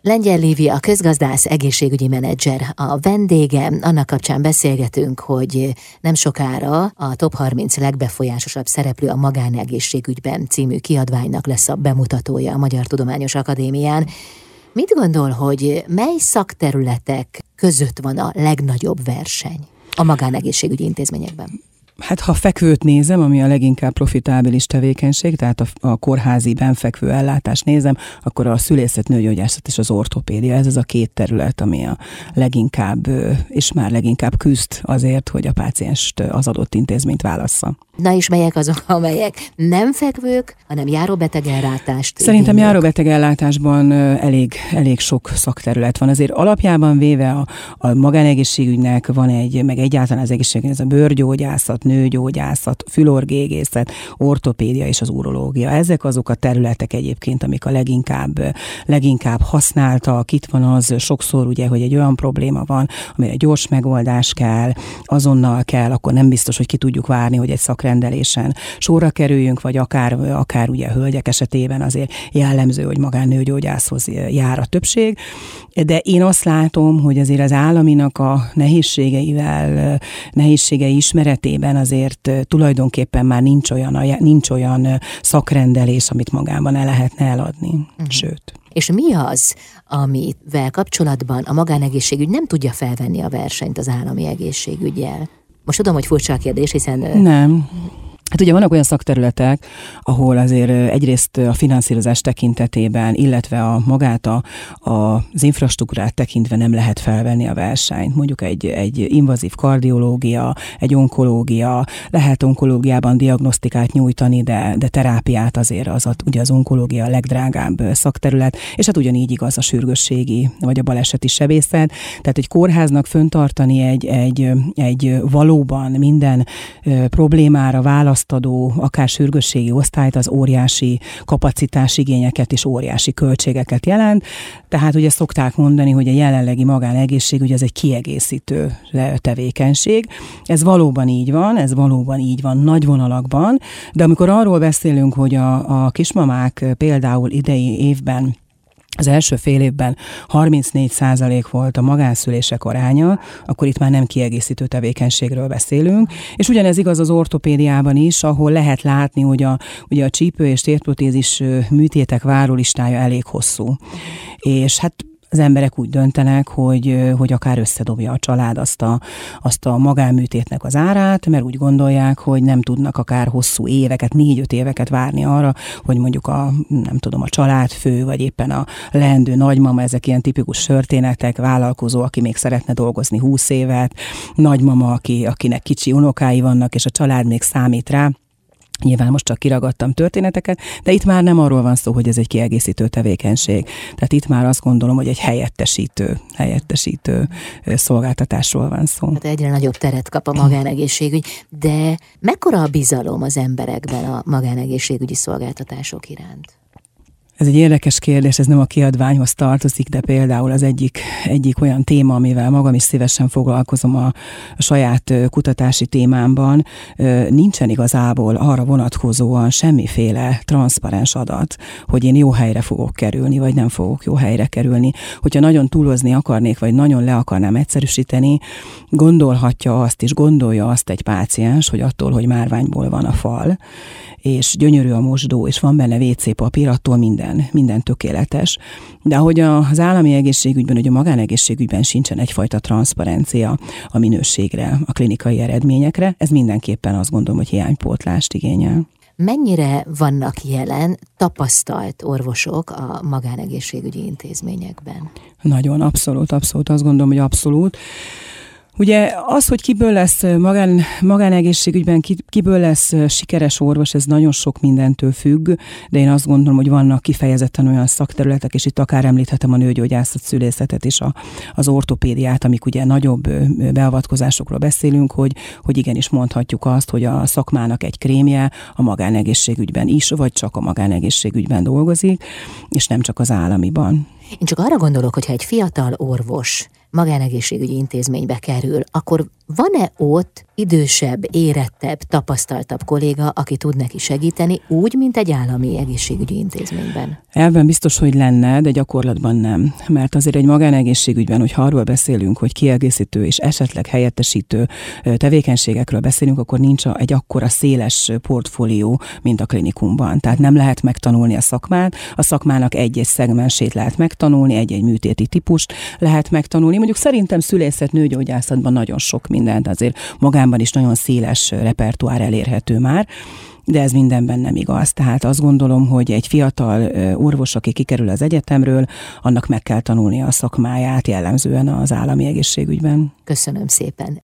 Lengyel Lívia, a közgazdász, egészségügyi menedzser a vendégem. Annak kapcsán beszélgetünk, hogy nem sokára a Top 30 legbefolyásosabb szereplő a magánegészségügyben című kiadványnak lesz a bemutatója a Magyar Tudományos Akadémián. Mit gondol, hogy mely szakterületek között van a legnagyobb verseny a magánegészségügyi intézményekben? Hát ha fekvőt nézem, ami a leginkább profitábilis tevékenység, tehát a kórházi benfekvő ellátást nézem, akkor a szülészet, nőgyógyászat és az ortopédia, ez az a két terület, ami a leginkább, és már leginkább küzd azért, hogy a pácienst az adott intézményt válassza. Na és melyek azok, amelyek nem fekvők, hanem járóbetegellátást? Szerintem járóbetegellátásban elég sok szakterület van. Azért alapjában véve a magánegészségügynek van meg egyáltalán az egészségügy, ez a bőrgyógyászat, nőgyógyászat, fülorgégészet, ortopédia és az urológia. Ezek azok a területek egyébként, amik a leginkább használtak. Itt van az sokszor ugye, hogy egy olyan probléma van, amire gyors megoldás kell, azonnal kell, akkor nem biztos, hogy ki tudjuk várni, hogy egy szakrendelésen sorra kerüljünk, vagy akár ugye a hölgyek esetében azért jellemző, hogy magánnőgyógyászhoz jár a többség. De én azt látom, hogy azért az államinak a nehézségei ismeretében azért tulajdonképpen már nincs olyan szakrendelés, amit magában el lehetne eladni. Sőt. És mi az, amivel kapcsolatban a magánegészségügy nem tudja felvenni a versenyt az állami egészségüggyel? Most tudom, hogy furcsa a kérdés, hiszen... Nem. Hát ugye vannak olyan szakterületek, ahol azért egyrészt a finanszírozás tekintetében, illetve az infrastruktúrát tekintve nem lehet felvenni a versenyt. Mondjuk egy invazív kardiológia, egy onkológia, lehet onkológiában diagnosztikát nyújtani, de terápiát azért ugye az onkológia a legdrágább szakterület, és hát ugyanígy igaz a sürgősségi vagy a baleseti sebészet. Tehát egy kórháznak föntartani egy valóban minden problémára választadó, akár sürgősségi osztályt, az óriási kapacitásigényeket és óriási költségeket jelent. Tehát ugye szokták mondani, hogy a jelenlegi magánegészségügy az egy kiegészítő tevékenység. Ez valóban így van nagy vonalakban, de amikor arról beszélünk, hogy a kismamák például idei évben az első fél évben 34% volt a magánszülések aránya, akkor itt már nem kiegészítő tevékenységről beszélünk. És ugyanez igaz az ortopédiában is, ahol lehet látni, hogy ugye a csípő és térprotézis műtétek várólistája elég hosszú. És hát az emberek úgy döntenek, hogy akár összedobja a család azt a magánműtétnek az árát, mert úgy gondolják, hogy nem tudnak akár hosszú éveket, 4-5 éveket várni arra, hogy mondjuk a családfő, vagy éppen a leendő nagymama, ezek ilyen tipikus történetek, vállalkozó, aki még szeretne dolgozni 20 évet, nagymama, akinek kicsi unokái vannak, és a család még számít rá. Nyilván most csak kiragadtam történeteket, de itt már nem arról van szó, hogy ez egy kiegészítő tevékenység. Tehát itt már azt gondolom, hogy egy helyettesítő szolgáltatásról van szó. Hát egyre nagyobb teret kap a magánegészségügy, de mekkora a bizalom az emberekben a magánegészségügyi szolgáltatások iránt? Ez egy érdekes kérdés, ez nem a kiadványhoz tartozik, de például az egyik olyan téma, amivel magam is szívesen foglalkozom a saját kutatási témámban, nincsen igazából arra vonatkozóan semmiféle transzparens adat, hogy én jó helyre fogok kerülni, vagy nem fogok jó helyre kerülni. Hogyha nagyon túlozni akarnék, vagy nagyon le akarnám egyszerűsíteni, gondolhatja azt és gondolja azt egy páciens, hogy attól, hogy márványból van a fal, és gyönyörű a mosdó, és van benne WC papír, attól minden tökéletes. De ahogy az állami egészségügyben, hogy a magánegészségügyben sincsen egyfajta transzparencia a minőségre, a klinikai eredményekre, ez mindenképpen azt gondolom, hogy hiánypótlást igényel. Mennyire vannak jelen tapasztalt orvosok a magánegészségügyi intézményekben? Nagyon, abszolút, azt gondolom, hogy abszolút. Ugye az, hogy kiből lesz magánegészségügyben, kiből lesz sikeres orvos, ez nagyon sok mindentől függ, de én azt gondolom, hogy vannak kifejezetten olyan szakterületek, és itt akár említhetem a nőgyógyászat, szülészetet és az ortopédiát, amik ugye nagyobb beavatkozásokról beszélünk, hogy igenis mondhatjuk azt, hogy a szakmának egy krémje a magánegészségügyben is, vagy csak a magánegészségügyben dolgozik, és nem csak az államiban. Én csak arra gondolok, hogyha egy fiatal orvos magánegészségügyi intézménybe kerül, akkor van-e ott idősebb, érettebb, tapasztaltabb kolléga, aki tud neki segíteni, úgy, mint egy állami egészségügyi intézményben? Elven biztos, hogy lenne, de gyakorlatban nem. Mert azért egy magánegészségügyben, hogyha arról beszélünk, hogy kiegészítő és esetleg helyettesítő tevékenységekről beszélünk, akkor nincs egy akkora széles portfólió, mint a klinikumban. Tehát nem lehet megtanulni a szakmát, a szakmának egy-egy szegmensét lehet megtanulni, egy-egy műtéti típust lehet megtanulni. Mondjuk szerintem szülészet, nőgyógyászatban nagyon sok mindent, azért magánban is nagyon széles repertoár elérhető már, de ez mindenben nem igaz. Tehát azt gondolom, hogy egy fiatal orvos, aki kikerül az egyetemről, annak meg kell tanulnia a szakmáját, jellemzően az állami egészségügyben. Köszönöm szépen.